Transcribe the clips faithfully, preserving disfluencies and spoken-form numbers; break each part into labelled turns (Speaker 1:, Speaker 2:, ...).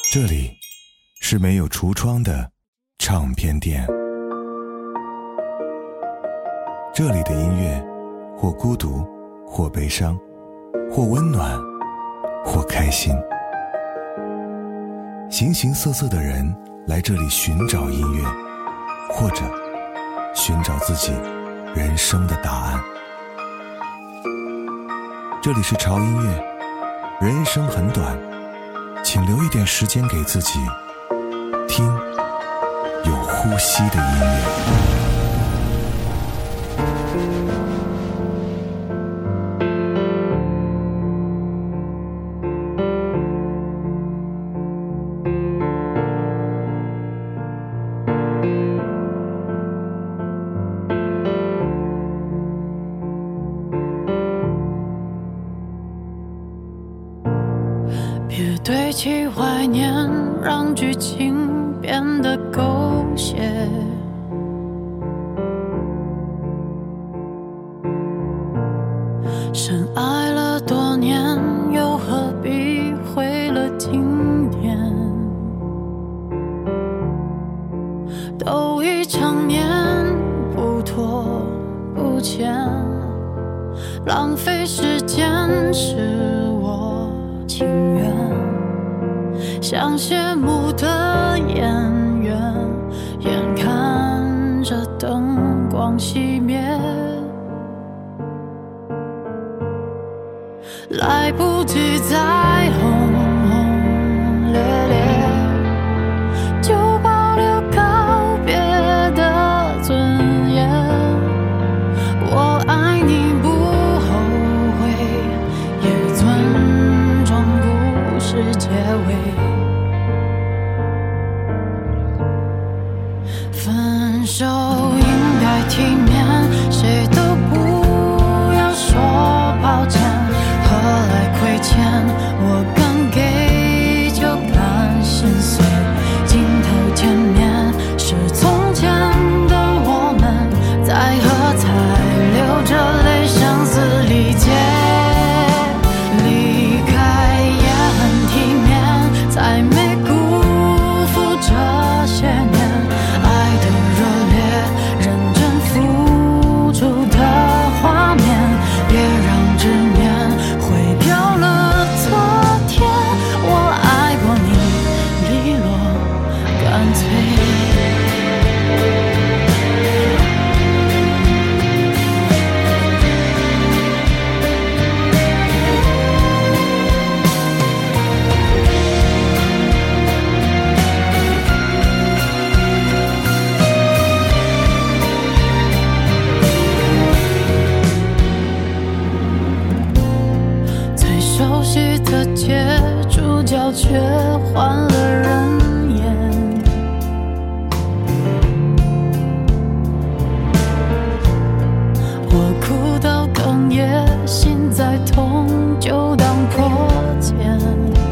Speaker 1: 这里是没有橱窗的唱片店，这里的音乐或孤独，或悲伤，或温暖，或开心。形形色色的人来这里寻找音乐，或者寻找自己人生的答案。这里是潮音乐，人生很短，请留一点时间给自己，听有呼吸的音乐。
Speaker 2: 别堆砌怀念，让剧情变得狗血。深爱了多年，又何必毁了经典？都已成年，不拖不欠，浪费时间是我情愿。像谢幕的演员，眼看着灯光熄灭，来不及再轰轰烈烈，就保留告别的尊严。我爱你不后悔，也尊重故事结尾。分手应该体面，谁都不要说抱歉，何来亏欠？我敢给就敢心碎，镜头前面是从前的我们，在喝彩流着泪相思理解，离开也很体面，才没辜负这些年爱的热烈，认真付出的画面，别让执念毁掉了昨天。我爱过你，利落干脆。最熟悉的街，主角却换了人演。我哭到哽咽，心再痛就当破茧，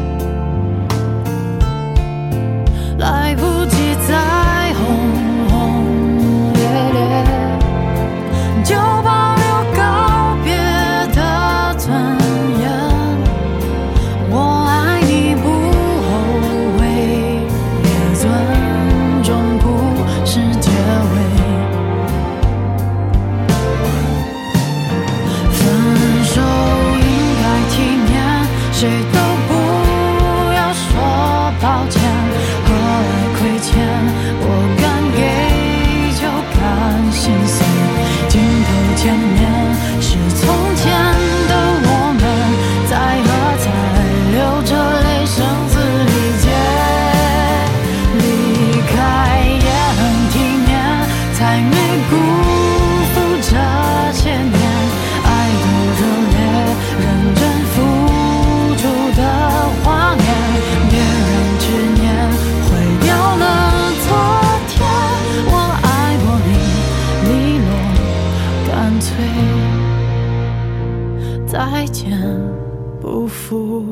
Speaker 2: 来不及再轰轰烈烈，就保留告别的尊严。我爱你不后悔，也尊重故事结尾。分手应该体面，谁都不要说抱歉，何来亏欠？我敢给就敢心碎，镜头前面是从前的我们，在喝彩流着泪声嘶力竭，离开也很体面，才没辜负这些年爱的热烈，认真付出的画面，别让执念毁掉了昨天。我爱过你，利落干脆，再见不负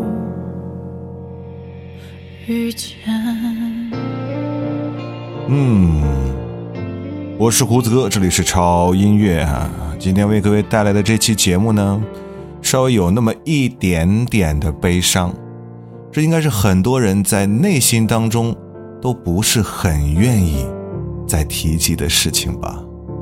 Speaker 2: 遇见。
Speaker 1: 嗯，我是胡子哥，这里是潮音乐啊。今天为各位带来的这期节目呢，稍微有那么一点点的悲伤， 这应该是很多人在内心当中都不是很愿意再提及的事情吧。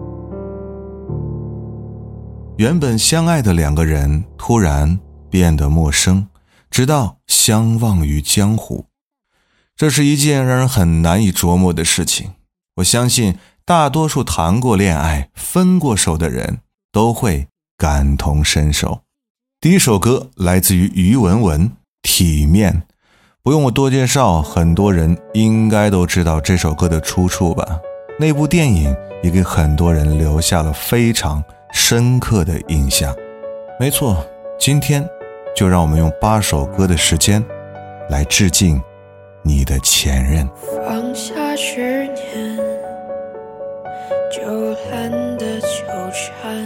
Speaker 1: 原本相爱的两个人突然变得陌生，直到相忘于江湖，这是一件让人很难以琢磨的事情。我相信大多数谈过恋爱分过手的人都会感同身受。第一首歌来自于于文文，体面。不用我多介绍，很多人应该都知道这首歌的出处吧。那部电影也给很多人留下了非常深刻的印象。没错，今天就让我们用八首歌的时间来致敬你的前任。
Speaker 2: 放下执念，就懒得纠缠，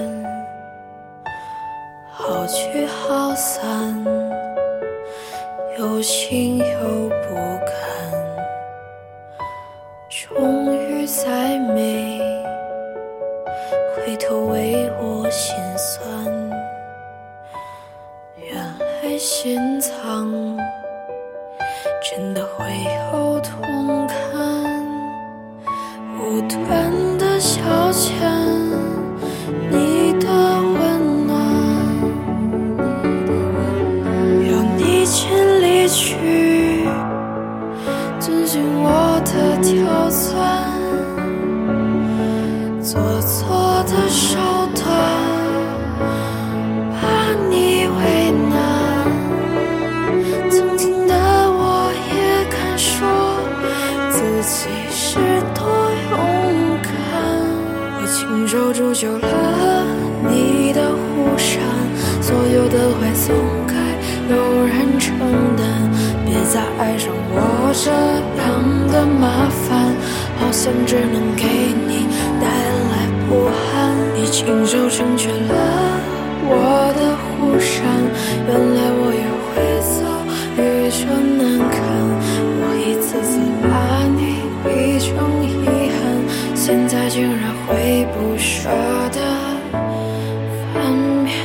Speaker 2: 好聚好散，有情又不甘，终于再美，回头为我心酸，原来心脏真的会有痛感，无端的消遣你的温暖，要你先离去，遵循我的挑钻，做作的手段把你为难，曾经的我也敢说自己是多勇敢，我亲手铸就了你的护伞，所有的坏总该有人承担，别再爱上我这样的麻烦，好像只能给你带来不安，你亲手成全了我的护伞，原来我也会遭遇这难堪，我一次次把你逼成遗憾，现在竟然会不舍得翻篇。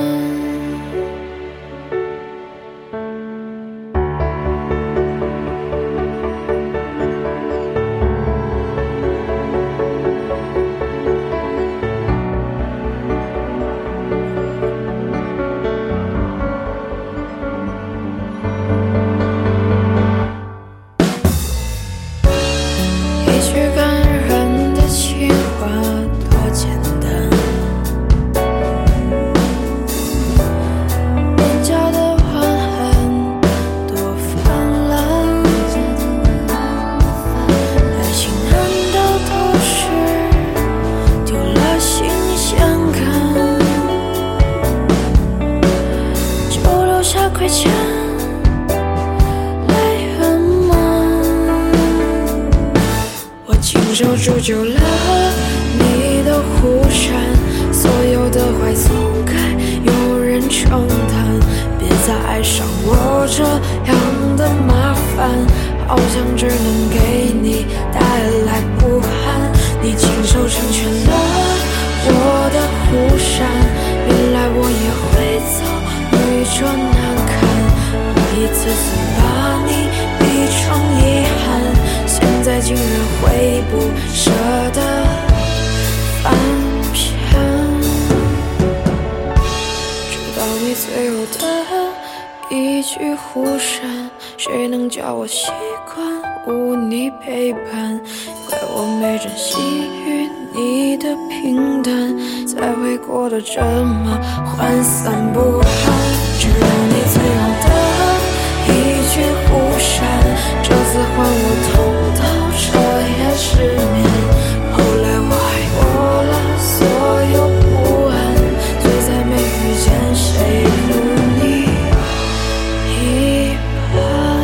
Speaker 2: 手铸就了你的护伞，所有的坏总该有人承担，别再爱上我这样的麻烦，好像只能给你带来不安，你亲手成全了我的护伞，原来我也会遭遇这难堪，我一次次把你逼成遗憾，现在竟然会不舍得翻篇，直到你最后的一句忽闪，谁能叫我习惯无你陪伴，怪我没珍惜与你的平淡，才会过得这么涣散不安，直到你最后的一句忽闪，这次换我痛到彻夜失眠，后来我还过了所有不安，却再没遇见谁如你一般。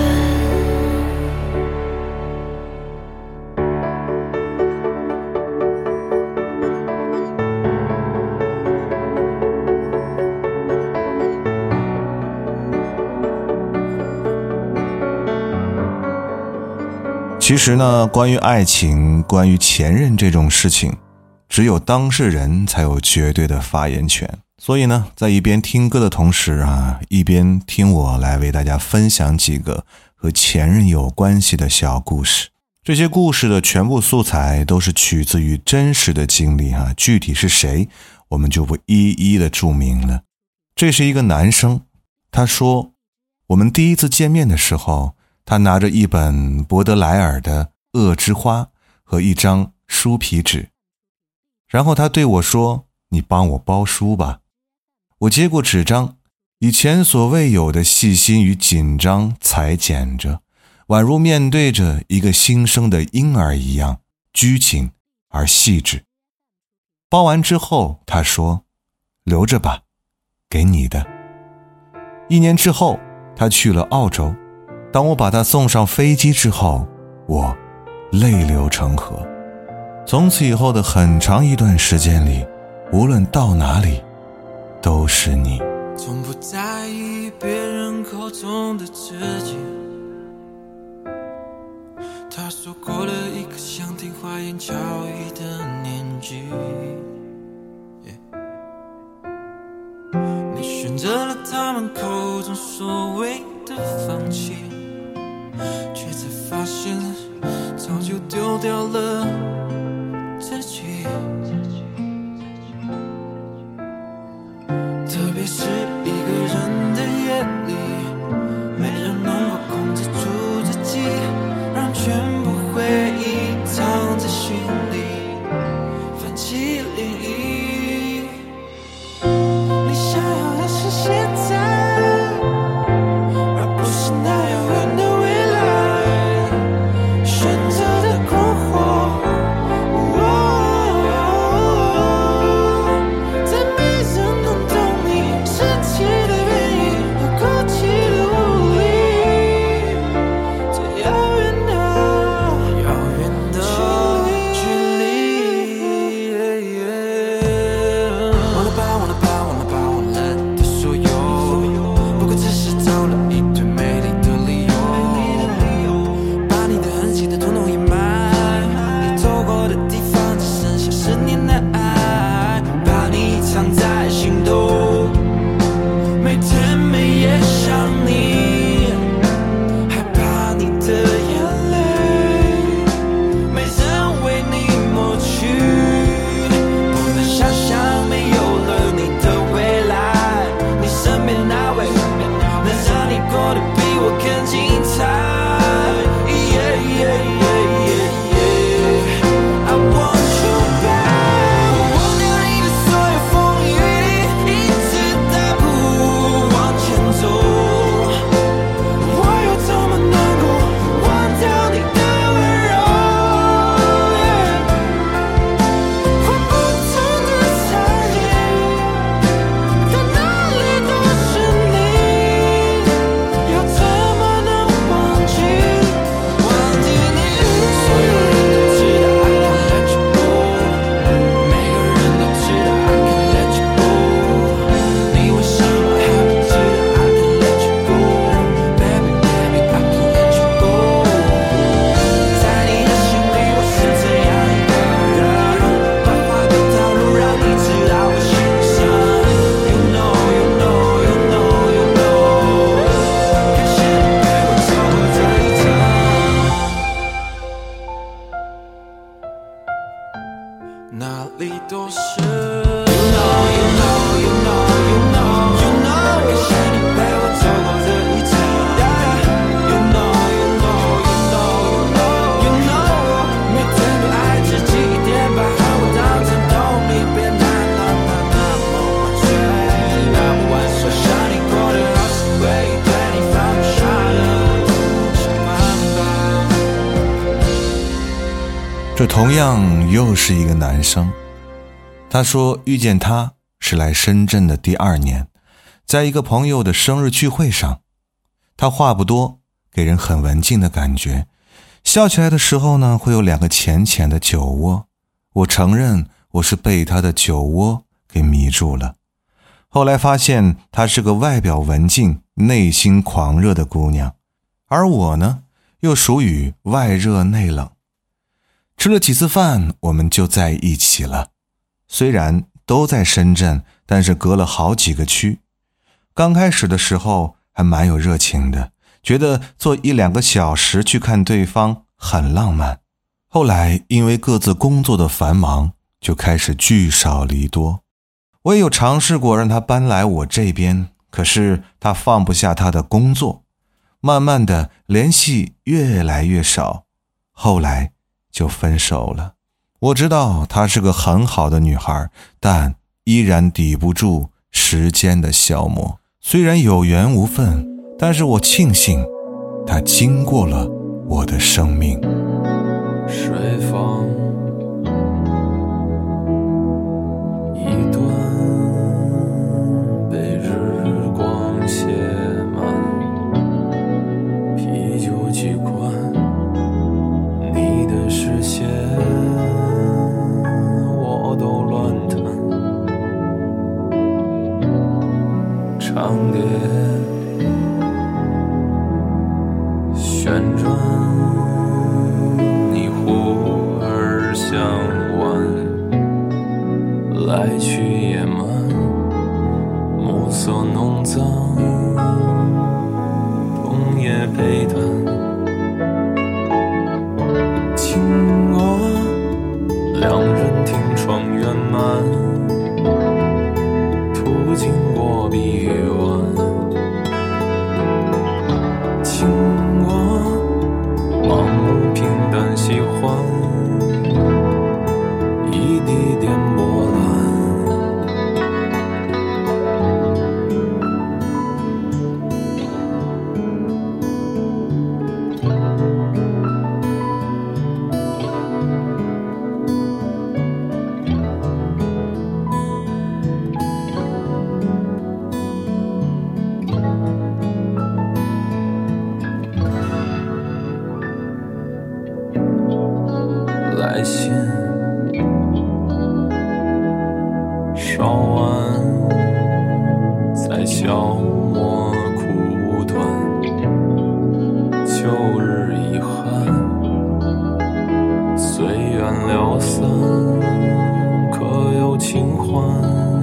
Speaker 1: 其实呢，关于爱情，关于前任这种事情，只有当事人才有绝对的发言权。 所以呢，在一边听歌的同时啊，一边听我来为大家分享几个和前任有关系的小故事。这些故事的全部素材都是取自于真实的经历啊，具体是谁，我们就不一一的注明了。这是一个男生，他说，我们第一次见面的时候，他拿着一本博德莱尔的《恶之花》和一张书皮纸，然后他对我说，你帮我包书吧。我接过纸张，以前所未有的细心与紧张裁剪着，宛如面对着一个新生的婴儿一样拘谨而细致。包完之后，他说，留着吧，给你的。一年之后，他去了澳洲，当我把他送上飞机之后，我泪流成河。从此以后的很长一段时间里，无论到哪里都是你。
Speaker 3: 从不在意别人口中的自己，他说过了一个想听花言巧语的年纪， yeah. 你选择了他们口中所谓的放弃，却才发现早就丢掉了自己。特别是一个人的夜里，没人能够控制住自己，让全部回忆藏在心里，泛起涟漪。你想要的是现在，而不是那遥远的未来，选择的困惑，在没人能懂你生气的原因和哭泣的无力，这遥远的遥远的距离。忘了吧，忘了吧，忘了吧，忘了的所有，不过只是找了一堆美丽的理由，把你的狠心的统统掩埋，你走过的地方只剩下十年的爱，把你藏在心头，每天每夜想你，害怕你的眼泪，没人为你抹去，不能想象没有了你的未来，你身边的那位能让你过得比我更精彩。Yeah, yeah, yeah, yeah, yeah. I want you back. 我忘掉你的所有风雨里，一直大步往前走。我又怎么能够忘掉你的温柔？ Yeah. 换不同的场景，到哪里都是你，要怎么能忘记忘记你？所有人都知道 I can't let you go， 每个人都知道 I can't let you go， 你为什么还不知道 I can't let you go， Baby baby I can't let you go， 在你的心里我是怎样一个人，把话都套路让你知道我心上。 You know you know you know you know， 感谢你陪我走过这一程，哪里都是。You know you know you know you know you know， 感谢你陪我走过这一程。You know you know you know you know you know， 每天都爱自己一点，把和我当成动力，别那那那那么晚睡，那么晚说想你过得好是唯一对你放不下的想办法。
Speaker 1: 这同样又是一个男生，他说遇见他是来深圳的第二年，在一个朋友的生日聚会上，他话不多，给人很文静的感觉，笑起来的时候呢，会有两个浅浅的酒窝。我承认我是被他的酒窝给迷住了。后来发现她是个外表文静内心狂热的姑娘，而我呢又属于外热内冷。吃了几次饭我们就在一起了，虽然都在深圳， 但是隔了好几个区。刚开始的时候还蛮有热情的，觉得坐一两个小时去看对方很浪漫。后来因为各自工作的繁忙，就开始聚少离多。我也有尝试过让他搬来我这边，可是他放不下他的工作，慢慢的联系越来越少，后来就分手了。我知道她是个很好的女孩，但依然抵不住时间的消磨。虽然有缘无分，但是我庆幸她经过了我的生命。
Speaker 3: 水房一段被日光写满，啤酒几罐，你的视线我都乱弹，长蝶旋转，你忽而向晚，来去也慢，暮色浓脏，冬夜悲叹，情我两人听窗圆满，途经过臂弯，情我盲目平淡喜欢，一滴点波澜，来信稍晚，在消磨苦短，旧日遗憾，随缘了散，可有清欢，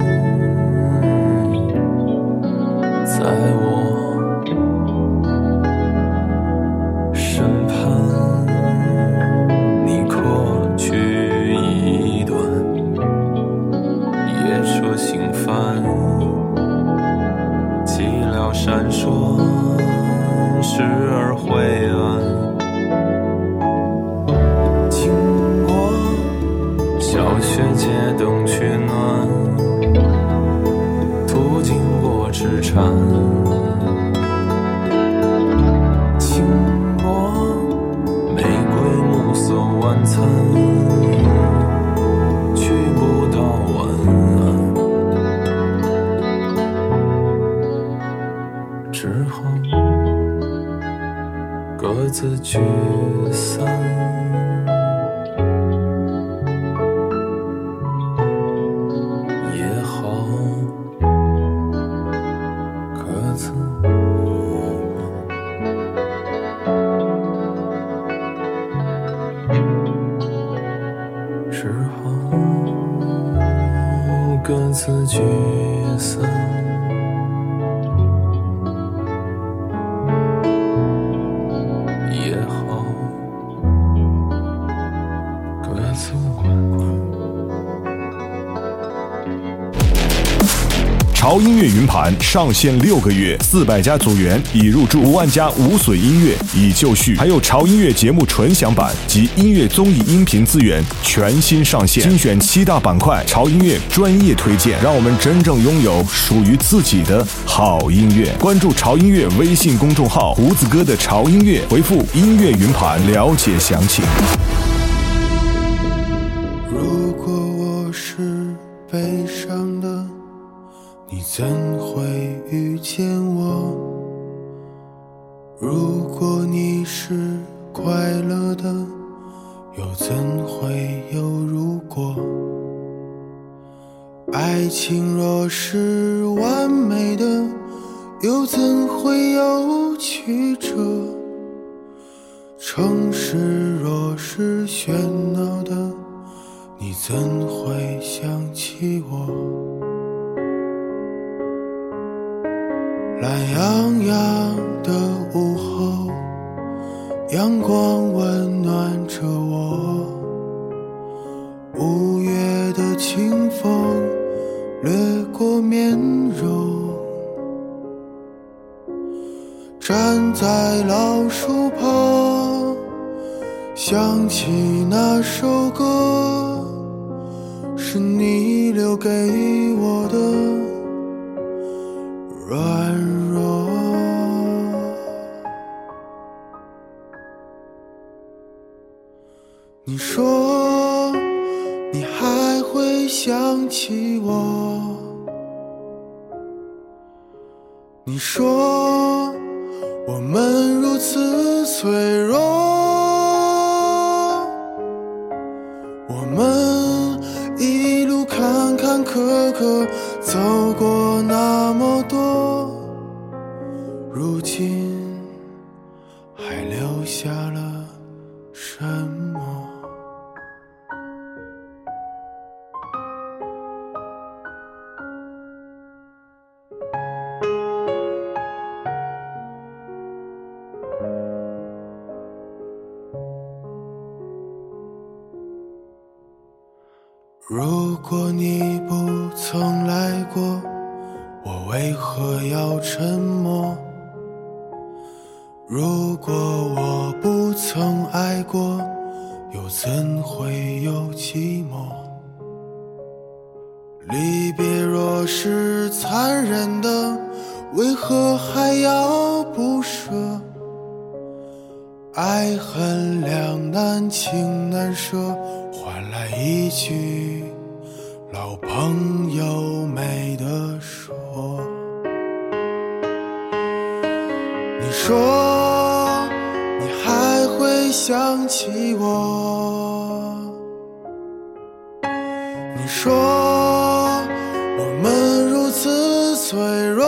Speaker 3: 在我身畔，你可去一段，夜车行帆，寂寥闪烁，时而灰暗，经过小学街灯取暖，途经过纸禅，经过玫瑰暮色晚餐，去不到晚安，之后各自聚散，也好，各自之后各自聚散，也好，各自管管。
Speaker 4: 潮音乐云盘上线六个月，四百家组员已入驻，五万家无损音乐已就绪，还有潮音乐节目纯享版及音乐综艺音频资源全新上线，精选七大板块，潮音乐专业推荐，让我们真正拥有属于自己的好音乐。关注潮音乐微信公众号，胡子哥的潮音乐，回复音乐云盘了解详情。
Speaker 5: 如果我是悲伤的，你怎会遇见我？如果你是快乐的，又怎会有如果？爱情若是完美的，又怎会有曲折？城市若是喧闹的，你怎会想起我？ 懒洋洋的午后，阳光温暖着我，五月的清风掠过面容，站在老树旁，想起那首歌，是你留给我的软弱。你说你还会想起我，你说我们如此脆弱，我们一路坎坎坷坷走过那么多，如今还留下了什么？如果你不曾来过，我为何要沉默？如果我不曾爱过，又怎会有寂寞？离别若是残忍的，为何还要不舍？爱恨两难，情难舍，换来一句老朋友没得说。你说你还会想起我，你说我们如此脆弱，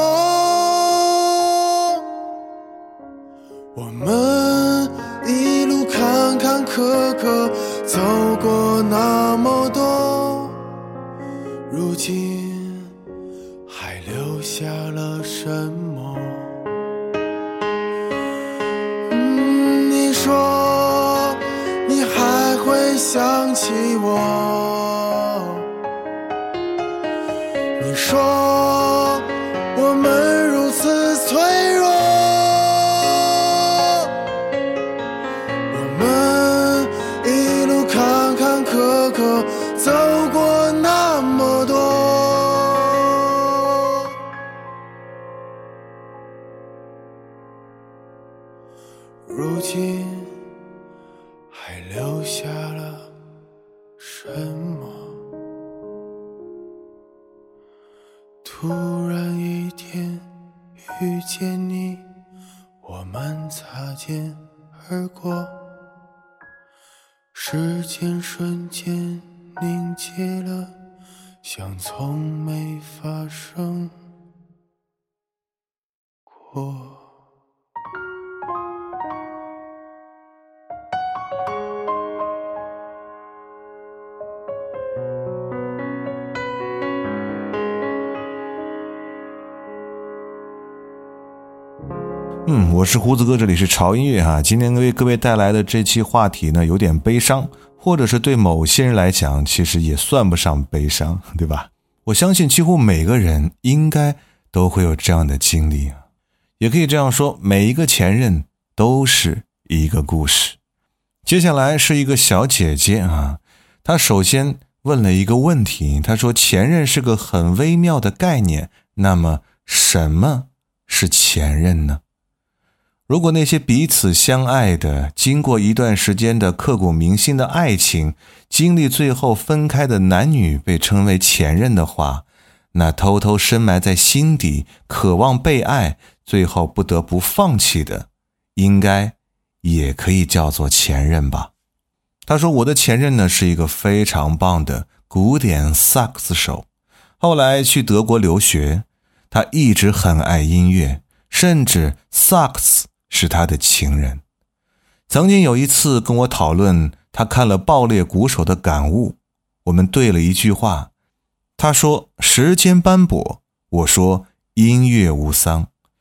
Speaker 5: 我们一路坎坎坷坷走过那么多，如今还留下了什么？嗯，你说你还会想起我，你说我们如此脆弱，我们一路坎坎坷坷走过那么多，如今还留下了什么？突然一天遇见你，我们擦肩而过，时间瞬间凝结了，像从没发生过。
Speaker 1: 嗯，我是胡子哥，这里是潮音乐哈。今天为各位带来的这期话题呢，有点悲伤，或者是对某些人来讲，其实也算不上悲伤，对吧？我相信几乎每个人应该都会有这样的经历，也可以这样说，每一个前任都是一个故事。接下来是一个小姐姐啊，她首先问了一个问题，她说前任是个很微妙的概念，那么什么是前任呢？如果那些彼此相爱的，经过一段时间的刻骨铭心的爱情，经历最后分开的男女被称为前任的话，那偷偷深埋在心底渴望被爱，最后不得不放弃的，应该也可以叫做前任吧。他说我的前任呢是一个非常棒的古典萨克斯手，后来去德国留学，他一直很爱音乐，甚至萨克斯是他的情人。曾经有一次跟我讨论他看了爆裂鼓手的感悟，我们对了一句话，他说时间斑驳，我说音乐无桑。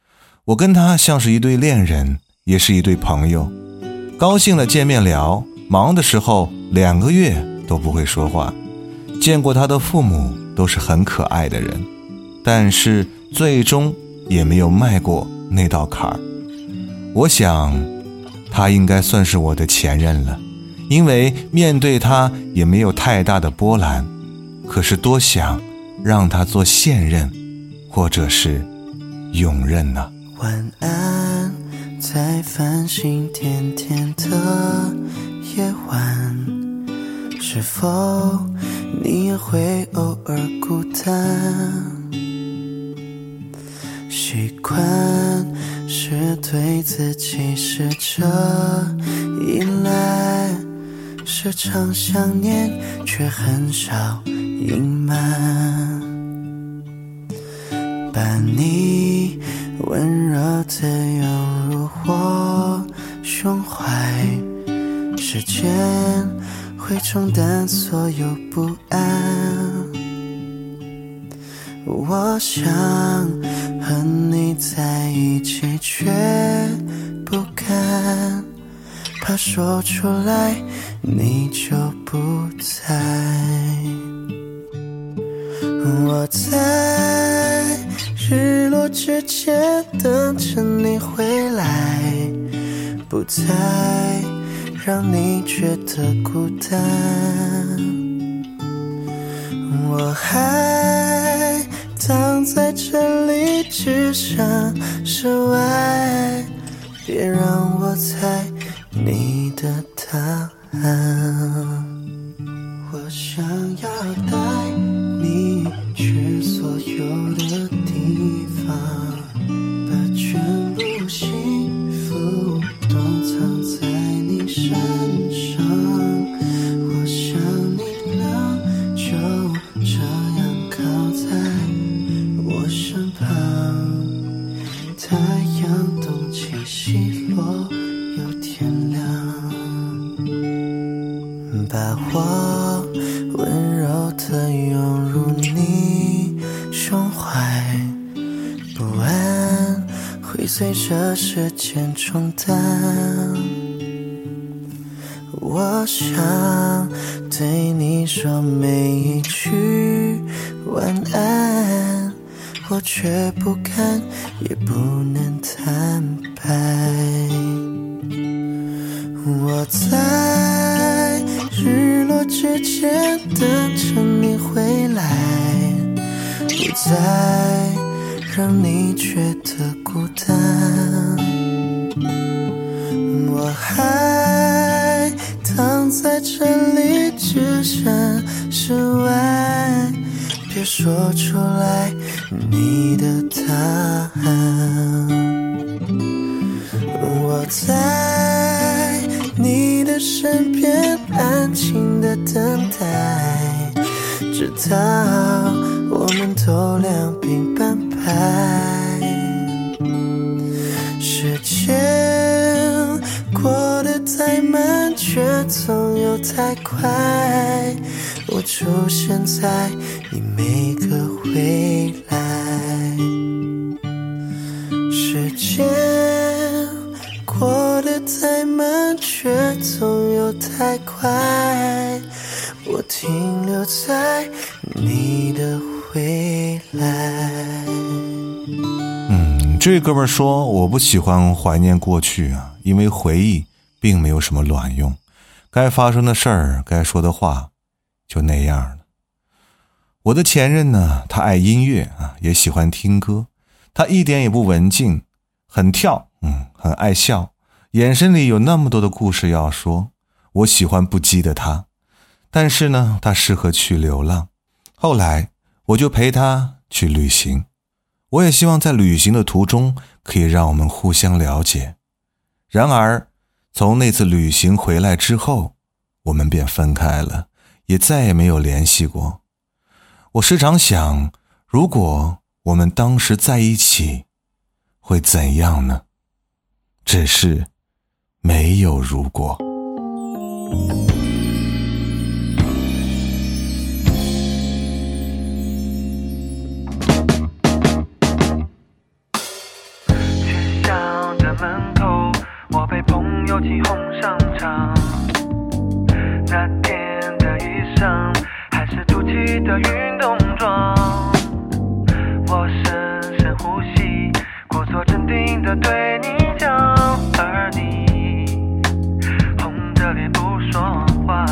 Speaker 1: 我跟他像是一对恋人，也是一对朋友，高兴了见面聊，忙的时候两个月都不会说话。见过他的父母都是很可爱的人，但是最终也没有迈过那道坎儿。我想他应该算是我的前任了，因为面对他也没有太大的波澜。可是多想让他做现任或者是永任呢？
Speaker 6: 晚安，在繁星点点的夜晚，是否你也会偶尔孤单？习惯是对自己试着依赖，时常想念却很少隐瞒，把你温柔地涌入我胸怀，时间会冲淡所有不安。我想和你在一起，却不敢，怕说出来你就不在。我在日落之前等着你回来，不再让你觉得孤单。我还躺在这里，只想室外，别让我猜你的答案。我想要带你去所有的地方，把全部幸福都藏在你身上。我想你能就这样靠在我身旁，太阳东起西落又天亮，把我温柔地涌入你胸怀，不安会随着时间冲淡。我想对你说每一句晚安，我却不敢也不能坦白。我在日落之前等着你回来，不再让你觉得孤单。我还躺在这里，只剩室外，别说出来你的答案。我在你的身边安静的等待，直到我们都两鬓斑白。时间过得太慢，却总又太快，我出现在你每个未来。时间过得太慢，却总又太快，我停留在你的未来。
Speaker 1: 嗯，这哥们说我不喜欢怀念过去啊，因为回忆并没有什么卵用，该发生的事儿，该说的话就那样了。我的前任呢，他爱音乐啊，也喜欢听歌，他一点也不文静，很跳，嗯，很爱笑，眼神里有那么多的故事要说。我喜欢不羁的他，但是呢，他适合去流浪。后来我就陪他去旅行，我也希望在旅行的途中可以让我们互相了解。然而从那次旅行回来之后，我们便分开了，也再也没有联系过。我时常想，如果我们当时在一起会怎样呢？只是没有如果。
Speaker 3: 却门口，我被朋友起哄上场。那天的衣裳还是土气的运动装，我深深呼吸，故作镇定地对你讲，而你红着脸不说话。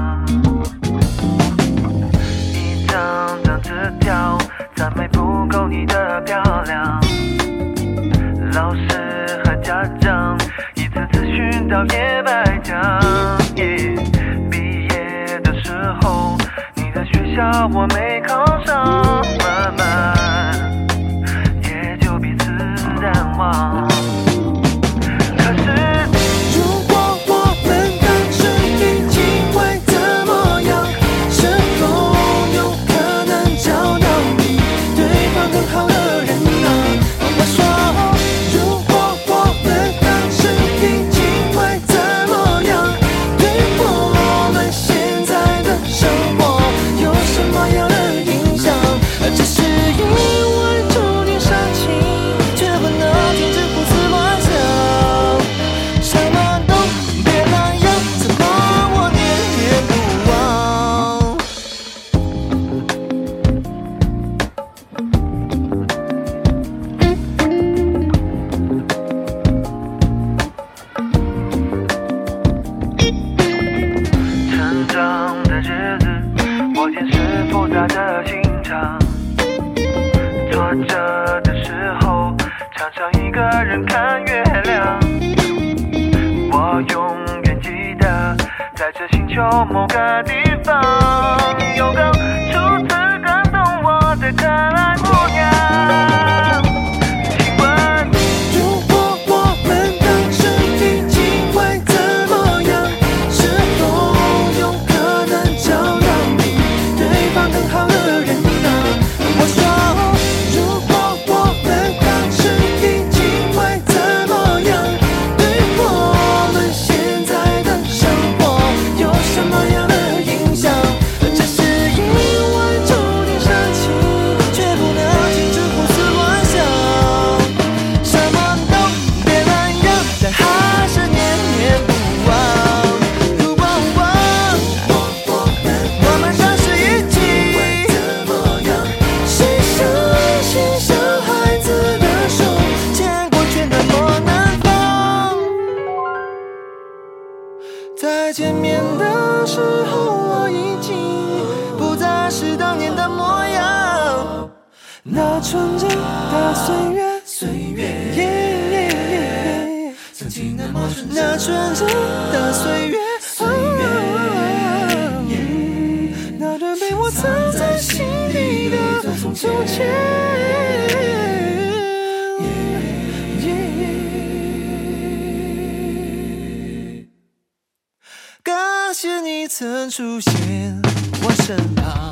Speaker 3: 一张张纸条赞美不够你的漂亮，老师和家长一次次训导也白讲。毕业的时候，你的学校我没考上，慢慢也就彼此淡忘。可是
Speaker 6: 如果我们当时已经会怎么样？是否有可能找到比对方更好的人呢？我说，如果我们当时已经会怎么样？对我们现在的生活有什么样的影响？只是因为注定伤情，却不能停止胡思乱想。什么都别那样，怎么我念念不忘？
Speaker 3: 成长的日子，我见识复杂的心肠。坐着的时候，常常一个人看月亮。我永远记得，在这星球某个地方，有个初次感动我的可爱姑娘。请问，
Speaker 6: 如果我们当时已经会怎么样？是否有可能找到比对方更好的人呢？我说，如果我们当时已经会怎么样？对我们现在的生活有什么样的影响？只是因为注定伤情，却不能停止胡思乱想。什么都别那样，但还是念念不忘。如果我们当时一起，谁相信小孩子的手牵过全的莫南方？再见面的时候，我已经不再是当年的模样。那纯真的岁月，岁月，曾经那么纯真，那纯真的岁月，岁月，那段被我藏在心底的从前。感谢你曾出现我身旁。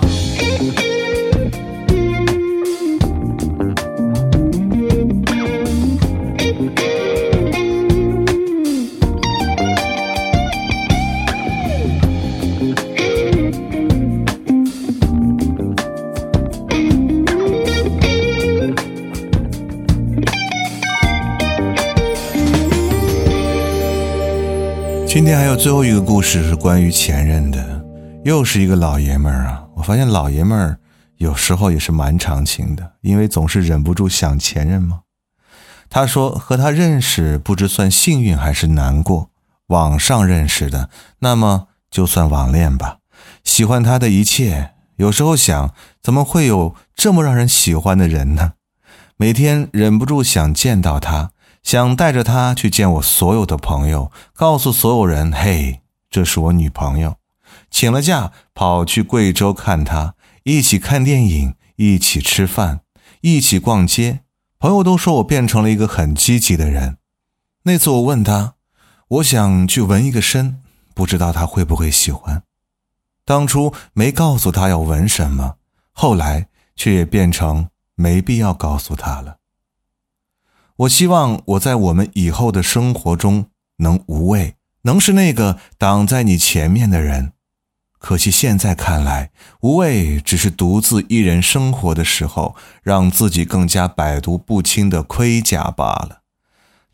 Speaker 1: 今天还有最后一个故事是关于前任的，又是一个老爷们儿啊！我发现老爷们儿有时候也是蛮长情的，因为总是忍不住想前任嘛。他说和他认识不知算幸运还是难过，网上认识的，那么就算网恋吧。喜欢他的一切，有时候想怎么会有这么让人喜欢的人呢？每天忍不住想见到他，想带着他去见我所有的朋友，告诉所有人，嘿，这是我女朋友。请了假跑去贵州看她，一起看电影，一起吃饭，一起逛街。朋友都说我变成了一个很积极的人。那次我问他，我想去纹一个身，不知道他会不会喜欢。当初没告诉他要纹什么，后来却也变成没必要告诉他了。我希望我在我们以后的生活中能无畏，能是那个挡在你前面的人。可惜现在看来，无畏只是独自一人生活的时候，让自己更加百毒不侵的盔甲罢了。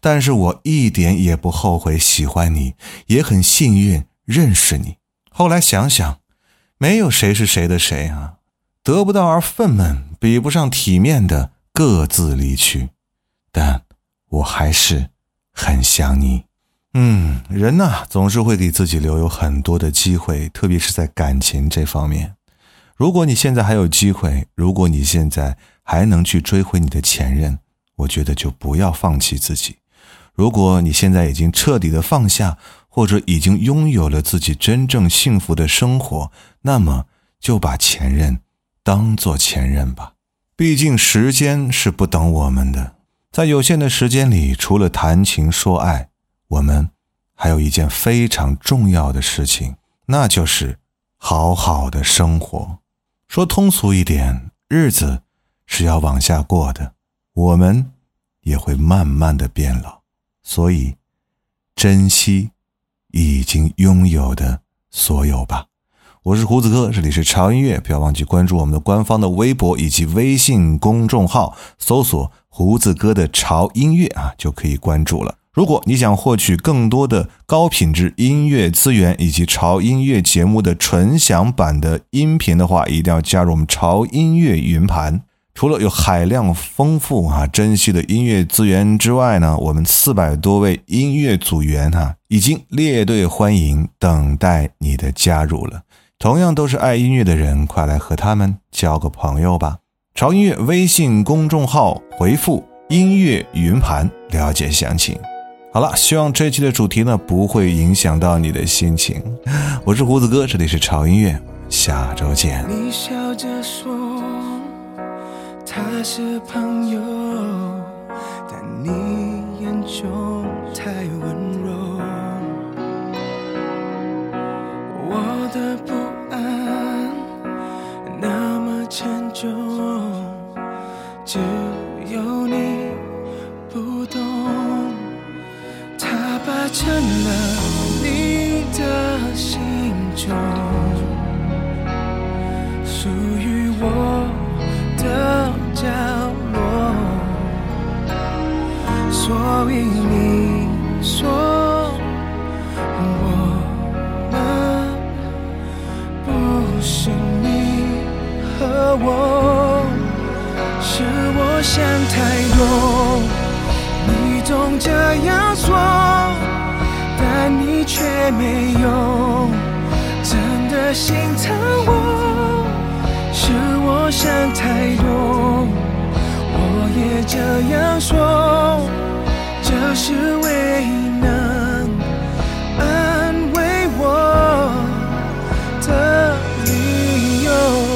Speaker 1: 但是我一点也不后悔喜欢你，也很幸运认识你。后来想想，没有谁是谁的谁啊，得不到而愤懑，比不上体面的各自离去。但我还是很想你。嗯，人呐，总是会给自己留有很多的机会，特别是在感情这方面。如果你现在还有机会，如果你现在还能去追回你的前任，我觉得就不要放弃自己。如果你现在已经彻底的放下，或者已经拥有了自己真正幸福的生活，那么就把前任当作前任吧。毕竟时间是不等我们的，在有限的时间里，除了谈情说爱，我们还有一件非常重要的事情，那就是好好的生活。说通俗一点，日子是要往下过的，我们也会慢慢的变老，所以珍惜已经拥有的所有吧。我是胡子哥，这里是潮音乐，不要忘记关注我们的官方的微博以及微信公众号，搜索胡子哥的潮音乐啊，就可以关注了。如果你想获取更多的高品质音乐资源以及潮音乐节目的纯享版的音频的话，一定要加入我们潮音乐云盘。除了有海量丰富啊珍惜的音乐资源之外呢，我们四百多位音乐组员啊已经列队欢迎，等待你的加入了。同样都是爱音乐的人，快来和他们交个朋友吧。潮音乐微信公众号回复音乐云盘了解详情。好了，希望这期的主题呢不会影响到你的心情。我是胡子哥，这里是潮音乐，下周见。
Speaker 3: 你笑着说他是朋友，但你眼中太温柔。我的不安那么沉重，只有你不懂。它霸占了你的心中，属于我的角落，所以你说我们不是你和我，是我想太多，你总这样说，但你却没有真的心疼我，是我想太多，我也这样说，这是唯一能安慰我的理由。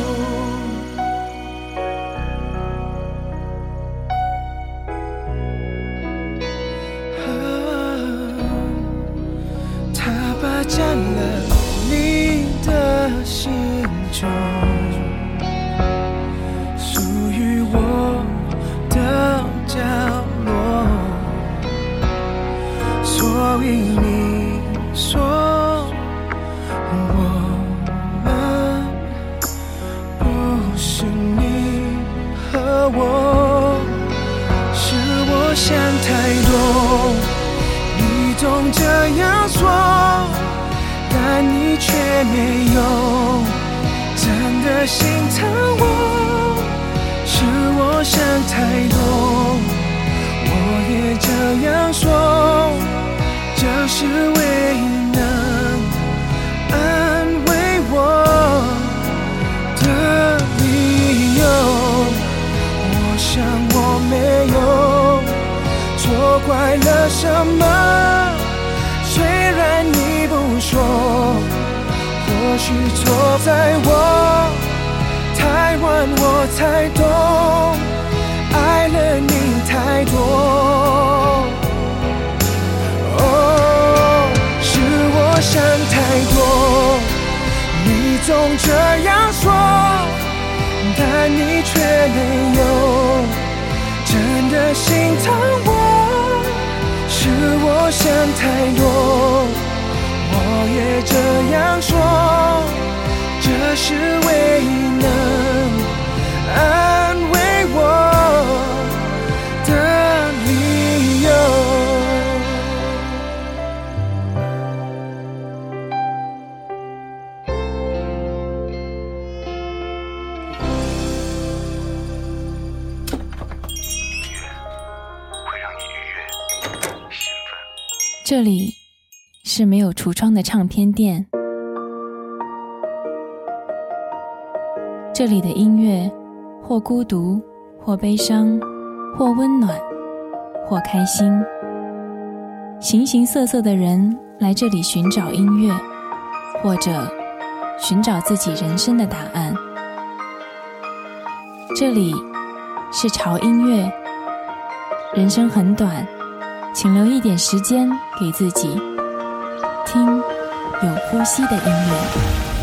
Speaker 3: 占了你的心中，属于我的角落，所以你说我们不是你和我，是我想太多，你总这样说，但你却没有真的心疼我，是我想太多，我也这样说，这是唯一能安慰我的理由。我想我没有错怪了什么，虽然你不说，或许错在我太晚，我才懂爱了你太多。哦，是我想太多，你总这样说，但你却没有真的心疼我，是我想太多，我也这样说，这是唯一能安慰我的理由。
Speaker 2: 这里是没有橱窗的唱片店，这里的音乐或孤独，或悲伤，或温暖，或开心。形形色色的人来这里寻找音乐，或者寻找自己人生的答案。这里是潮音乐，人生很短，请留一点时间给自己，听有呼吸的音乐。